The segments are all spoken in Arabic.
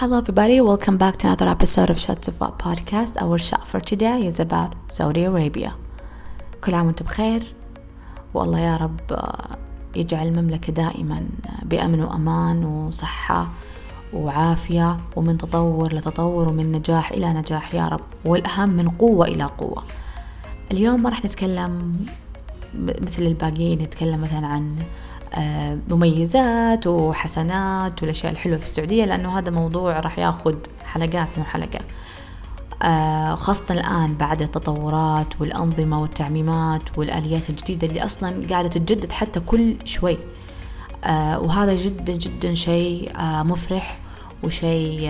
Hello everybody, welcome back to another episode of Shot to Fuck podcast. Our shot for today is about Saudi Arabia. كل عام وانتم بخير، والله يا رب يجعل المملكة دائما بأمن وأمان وصحة وعافية ومن تطور لتطور ومن نجاح إلى نجاح يا رب، والأهم من قوة إلى قوة. اليوم ما رح نتكلم مثل الباقيين، نتكلم مثلا عن مميزات وحسنات والأشياء الحلوة في السعودية، لأنه هذا موضوع رح ياخد حلقات مو حلقة، خاصة الآن بعد التطورات والأنظمة والتعميمات والآليات الجديدة اللي أصلا قاعدة تتجدد حتى كل شوي. وهذا جدا جدا شيء مفرح وشيء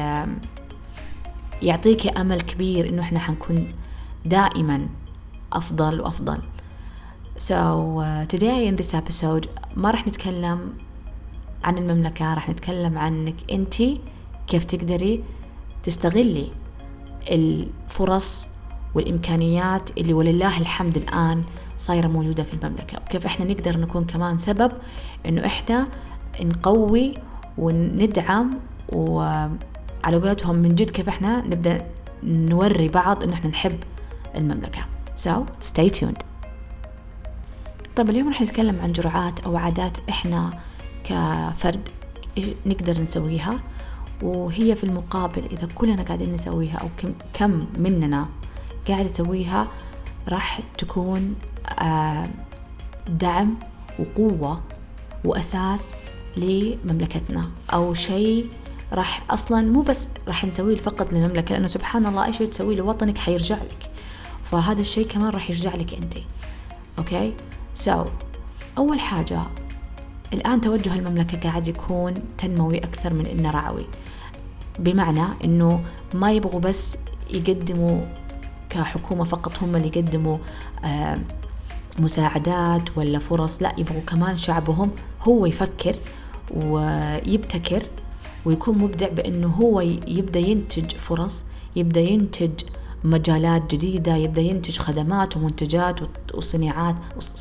يعطيك أمل كبير إنه إحنا حنكون دائما أفضل وأفضل. So today in this episode ما رح نتكلم عن المملكة، رح نتكلم عنك أنتي، كيف تقدري تستغلي الفرص والإمكانيات اللي ولله الحمد الآن صايرة موجودة في المملكة، وكيف إحنا نقدر نكون كمان سبب إنه إحنا نقوي وندعم، وعلى قولتهم من جد كيف إحنا نبدأ نوري بعض إنه إحنا نحب المملكة. So stay tuned. طب اليوم رح نتكلم عن جرعات أو عادات إحنا كفرد نقدر نسويها، وهي في المقابل إذا كلنا قاعدين نسويها أو كم مننا قاعد يسويها راح تكون دعم وقوة وأساس لمملكتنا، أو شيء راح أصلا مو بس راح نسويه فقط للمملكة، لأنه سبحان الله أي شيء تسويه لوطنك حيرجع لك، فهذا الشيء كمان راح يرجع لك أنت. أوكي أول حاجة الآن توجه المملكة قاعد يكون تنموي أكثر من إنه رعوي، بمعنى إنه ما يبغوا بس يقدموا كحكومة فقط هم اللي يقدموا مساعدات ولا فرص، لا يبغوا كمان شعبهم هو يفكر ويبتكر ويكون مبدع، بأنه هو يبدأ ينتج فرص، يبدأ ينتج مجالات جديدة، يبدأ ينتج خدمات ومنتجات وصناعات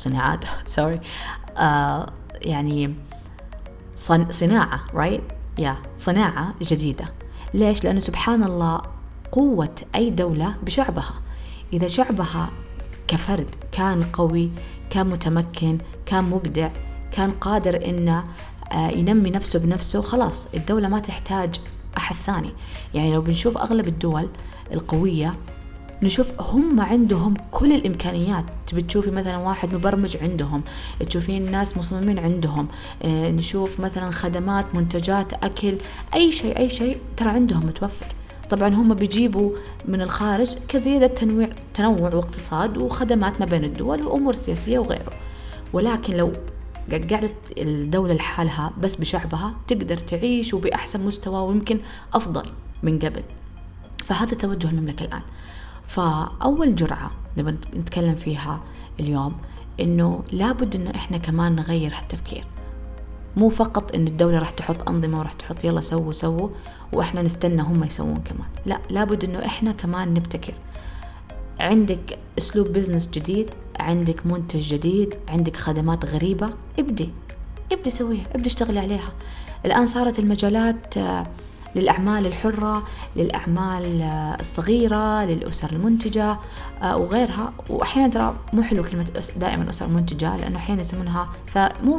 يعني صناعة صناعة جديدة. ليش؟ لأنه سبحان الله قوة أي دولة بشعبها. إذا شعبها كفرد كان قوي، كان متمكن، كان مبدع، كان قادر إنه ينمي نفسه بنفسه، خلاص الدولة ما تحتاج أحد ثاني. يعني لو بنشوف أغلب الدول القوية نشوف هم عندهم كل الإمكانيات، بتشوفي مثلا واحد مبرمج عندهم، تشوفين ناس مصممين عندهم، نشوف مثلا خدمات، منتجات، أكل، أي شيء ترى عندهم متوفر. طبعا هم بيجيبوا من الخارج كزيادة تنوع واقتصاد وخدمات ما بين الدول وأمور سياسية وغيره، ولكن لو قعدت الدولة لحالها بس بشعبها تقدر تعيش وبأحسن مستوى ويمكن أفضل من قبل. فهذا توجه المملكة الآن. فأول جرعة نبغى نتكلم فيها اليوم إنه لابد إنه إحنا كمان نغير التفكير، مو فقط إن الدولة راح تحط أنظمة وراح تحط يلا سووا وإحنا نستنى هم يسوون كمان، لا، لابد إنه إحنا كمان نبتكر. عندك أسلوب بيزنس جديد، عندك منتج جديد، عندك خدمات غريبة، ابدي سويها، ابدي اشتغلي عليها. الآن صارت المجالات للأعمال الحرة، للأعمال الصغيرة، للأسر المنتجة وغيرها. وأحيانا ترى مو حلو كلمة دائما أسر منتجة، لأنه أحيانا يسمونها فمو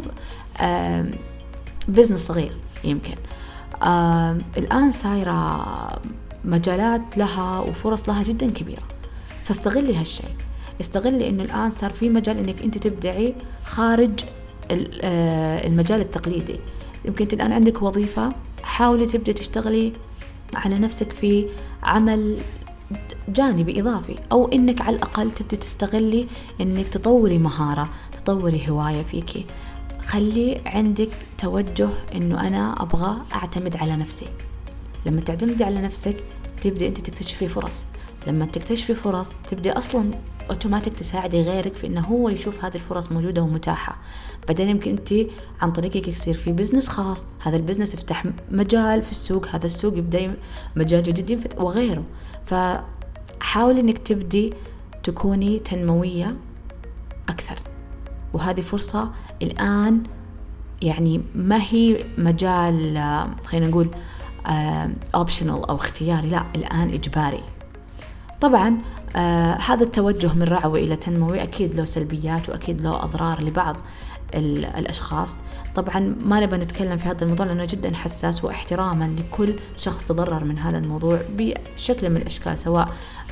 بزنس صغير يمكن. الآن صايرة مجالات لها وفرص لها جدا كبيرة، فاستغلي هالشيء. استغلي إنه الآن صار في مجال إنك أنت تبدعي خارج المجال التقليدي. يمكن الآن عندك وظيفة، حاولي تبدأ تشتغلي على نفسك في عمل جانبي إضافي، أو إنك على الأقل تبدأ تستغلي إنك تطوري مهارة، تطوري هواية فيكي. خلي عندك توجه إنه أنا أبغى أعتمد على نفسي. لما تعتمدي على نفسك تبدأ أنت تكتشفي فرص، لما تكتشفي فرص تبدأ أصلا أوتوماتيك تساعدي غيرك في إنه هو يشوف هذه الفرص موجودة ومتاحة. بعدين يمكن أنت عن طريقك يصير في بزنس خاص، هذا البزنس يفتح مجال في السوق، هذا السوق يبدأ مجال جديد وغيره. فحاولي إنك تبدي تكوني تنموية أكثر، وهذه فرصة الآن يعني ما هي مجال خلينا نقول optional أو اختياري، لا الآن إجباري. طبعا هذا التوجه من رعوي إلى تنموي أكيد له سلبيات وأكيد له أضرار لبعض الأشخاص. طبعا ما نبغى نتكلم في هذا الموضوع لأنه جدا حساس، واحتراما لكل شخص تضرر من هذا الموضوع بشكل من الأشكال، سواء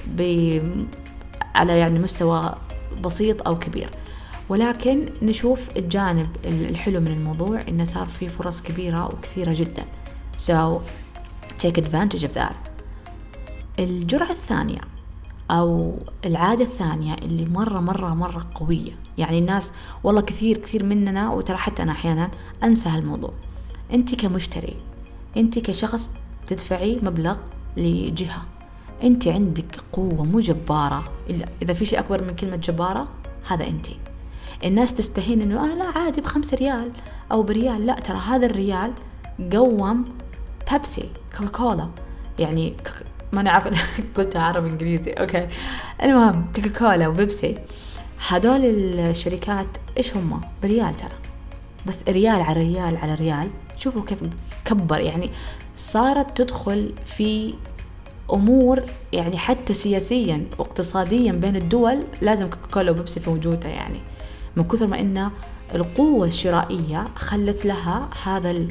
على يعني مستوى بسيط أو كبير. ولكن نشوف الجانب الحلو من الموضوع، إنه صار فيه فرص كبيرة وكثيرة جدا. so take advantage of that. الجرعة الثانية أو العادة الثانية اللي مرة قوية، يعني الناس والله كثير مننا، وترى حتى أنا أحيانا أنسى هالموضوع. أنت كمشتري، أنت كشخص تدفعي مبلغ لجهة، أنت عندك قوة مجبارة. إذا في شيء أكبر من كلمة جبارة هذا أنت. الناس تستهين إنه أنا لا عادي ب5 ريال أو بريال، لا ترى هذا الريال قوم بيبسي، كوكاكولا، يعني ما نعرف قلتها عربي إنجليزي أوكي. المهم كوكاكولا وبيبسي هدول الشركات إيش هم بريال، ترى بس ريال على ريال على ريال. شوفوا كيف كبر، يعني صارت تدخل في أمور يعني حتى سياسيا واقتصاديا بين الدول لازم كوكاكولا وبيبسي موجودة، يعني من كثر ما إن القوة الشرائية خلت لها هذا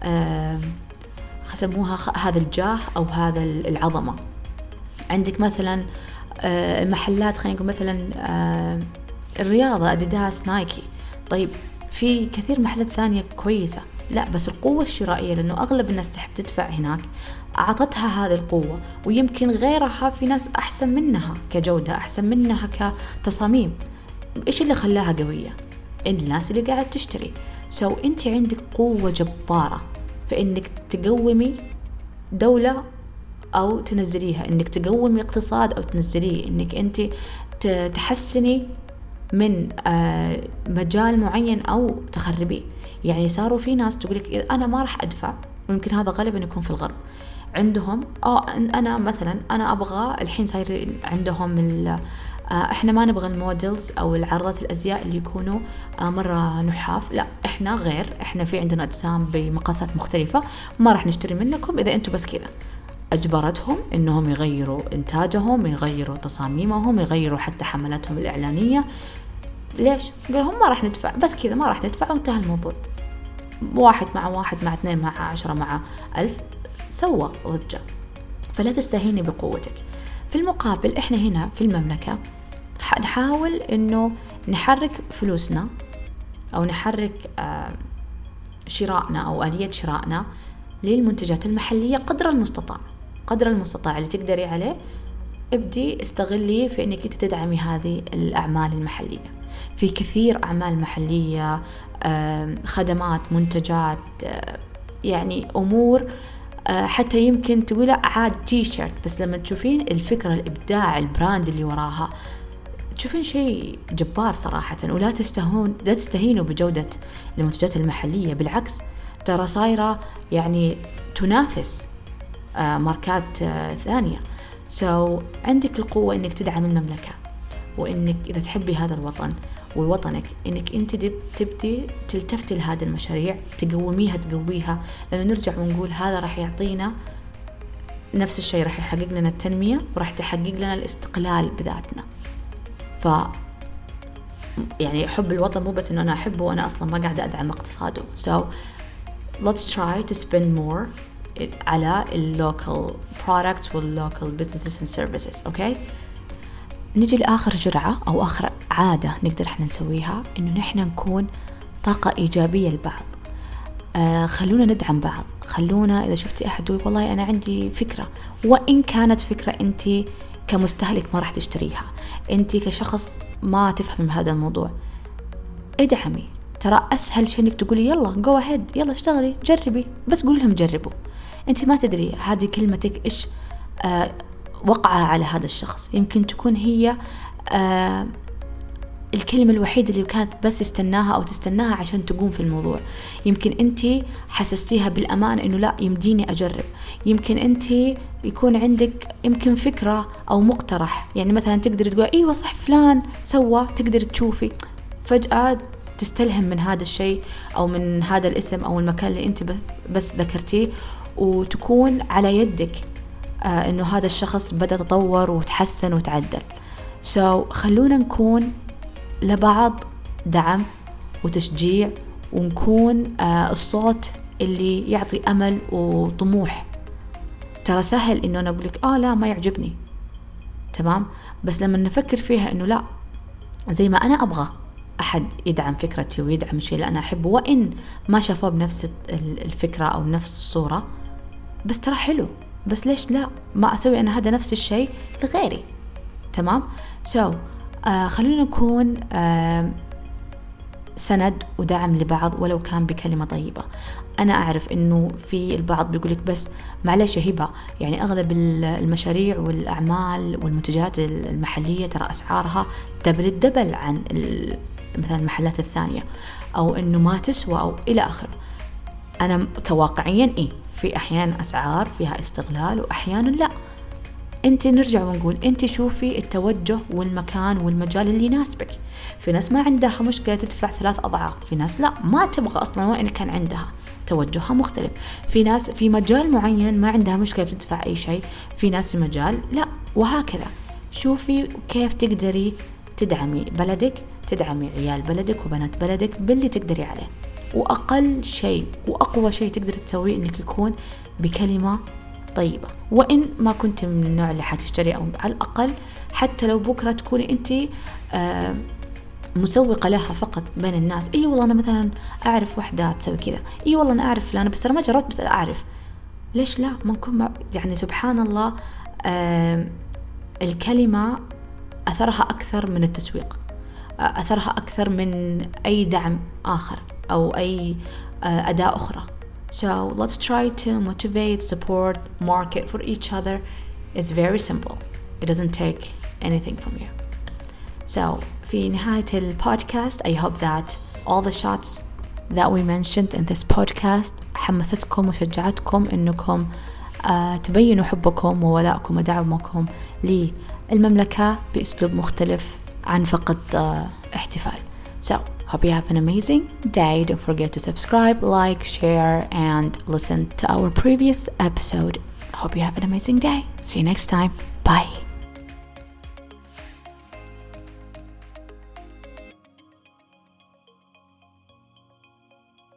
خسموها هذا الجاه أو هذا العظمة. عندك مثلا محلات، خلينا نقول مثلا الرياضة أديداس، نايكي، طيب في كثير محلات ثانية كويسة، لا بس القوة الشرائية لأنه أغلب الناس تحب تدفع هناك أعطتها هذه القوة. ويمكن غيرها في ناس أحسن منها كجودة، أحسن منها كتصاميم. إيش اللي خلاها قوية؟ الناس اللي قاعد تشتري. أنت عندك قوة جبارة في إنك تقومي دولة أو تنزليها، إنك تقومي اقتصاد أو تنزليه، إنك أنت تحسني من مجال معين أو تخربيه. يعني صاروا في ناس تقولك أنا ما راح أدفع، ويمكن هذا غالبا يكون في الغرب عندهم أنا مثلا أنا أبغى الحين صاير عندهم إحنا ما نبغى الموديلز أو العرضات الأزياء اللي يكونوا مرة نحاف، لا إحنا غير، إحنا في عندنا أجسام بمقاسات مختلفة، ما راح نشتري منكم إذا أنتوا بس كذا. أجبرتهم إنهم يغيروا إنتاجهم، يغيروا تصاميمهم، يغيروا حتى حملاتهم الإعلانية. ليش؟ قالهم ما راح ندفع، بس كذا ما راح ندفع وانتهى الموضوع. 1 مع 1 مع 2 مع 10 مع 1000 سوى ضجة. فلا تستهيني بقوتك. في المقابل إحنا هنا في المملكة نحاول إنه نحرك فلوسنا أو نحرك شرائنا أو آلية شرائنا للمنتجات المحلية قدر المستطاع اللي تقدري عليه. ابدي استغلي في إنك تدعمي هذه الأعمال المحلية. في كثير أعمال محلية، خدمات، منتجات، يعني أمور حتى يمكن تقول عاد تيشيرت، بس لما تشوفين الفكرة، الإبداع، البراند اللي وراها، تشوفين شيء جبار صراحة. ولا تستهينوا بجودة المنتجات المحلية، بالعكس ترى صايرة يعني تنافس ماركات ثانية. عندك القوة إنك تدعم المملكة، وإنك إذا تحبي هذا الوطن ووطنك إنك أنت تبدي تلتفتي لهذه المشاريع، تقويها، لأنه نرجع ونقول هذا راح يعطينا نفس الشيء، راح يحقق لنا التنمية وراح تحقق لنا الاستقلال بذاتنا. يعني حب الوطن مو بس إنه أنا أحبه وأنا أصلا ما قاعدة أدعم اقتصاده. let's try to spend more على local products local businesses and services. أوكي، نجي لآخر جرعة أو آخر عادة نقدر إحنا نسويها، إنه نحن نكون طاقة إيجابية لبعض. خلونا ندعم بعض. خلونا إذا شفتي أحد يقول والله أنا عندي فكرة، وإن كانت فكرة أنت كمستهلك ما راح تشتريها، أنت كشخص ما تفهم هذا الموضوع، ادعمي. ترى أسهل شيء إنك تقولي يلا go ahead، يلا اشتغلي، جربي، بس قول لهم جربوا. أنت ما تدري هذه كلمتك إيش وقعها على هذا الشخص. يمكن تكون هي الكلمة الوحيدة اللي كانت بس يستناها أو تستناها عشان تقوم في الموضوع. يمكن أنت حسستيها بالأمان إنه لا يمديني أجرب. يمكن أنت يكون عندك يمكن فكرة أو مقترح، يعني مثلا تقدر تقول أيوة صح فلان سوى، تقدر تشوفي فجأة تستلهم من هذا الشيء أو من هذا الاسم أو المكان اللي أنت بس ذكرتيه، وتكون على يدك إنه هذا الشخص بدأ تطور وتحسن وتعدل. خلونا نكون لبعض دعم وتشجيع، ونكون الصوت اللي يعطي أمل وطموح. ترى سهل إنه أنا أقولك لا ما يعجبني، تمام، بس لما نفكر فيها إنه لا، زي ما أنا أبغى أحد يدعم فكرتي ويدعم الشيء اللي أنا أحبه، وإن ما شافوه بنفس الفكرة أو نفس الصورة، بس ترى حلو، بس ليش لا ما أسوي أنا هذا نفس الشيء لغيري؟ تمام. خلونا نكون سند ودعم لبعض ولو كان بكلمة طيبة. أنا أعرف إنه في البعض بيقولك بس معلش هبة، يعني أغلب المشاريع والأعمال والمنتجات المحلية ترى أسعارها دبل عن مثلا المحلات الثانية، أو إنه ما تسوى أو إلى آخره. أنا كواقعيا في أحيان أسعار فيها استغلال وأحيانا لا. أنت نرجع ونقول أنت شوفي التوجه والمكان والمجال اللي يناسبك. في ناس ما عندها مشكلة تدفع 3 أضعاف، في ناس لا ما تبغى أصلا، وإن كان عندها توجهها مختلف. في ناس في مجال معين ما عندها مشكلة تدفع أي شيء، في ناس في مجال لا، وهكذا. شوفي كيف تقدري تدعمي بلدك، تدعمي عيال بلدك وبنات بلدك باللي تقدري عليه. وأقل شيء وأقوى شيء تقدر تسويه إنك يكون بكلمة طيبة، وإن ما كنت من النوع اللي حتشتري، أو على الأقل حتى لو بكرة تكوني أنت مسوقة لها فقط بين الناس. والله أنا مثلا أعرف وحدة تسوي كذا، والله أنا أعرف فلانة بس أنا ما جربت بس أعرف. ليش لا؟ ما نكون يعني سبحان الله الكلمة أثرها أكثر من التسويق، أثرها أكثر من أي دعم آخر أو أي أداة أخرى. So let's try to motivate, support, market for each other. It's very simple. It doesn't take anything from you. So في نهاية البودكاست I hope that all the shots that we mentioned in this podcast حمستكم وشجعتكم إنكم تبينوا حبكم وولائكم ودعمكم للمملكة بأسلوب مختلف عن فقط احتفال. So hope you have an amazing day. Don't forget to subscribe, like, share, and listen to our previous episode. Hope you have an amazing day. See you next time. Bye.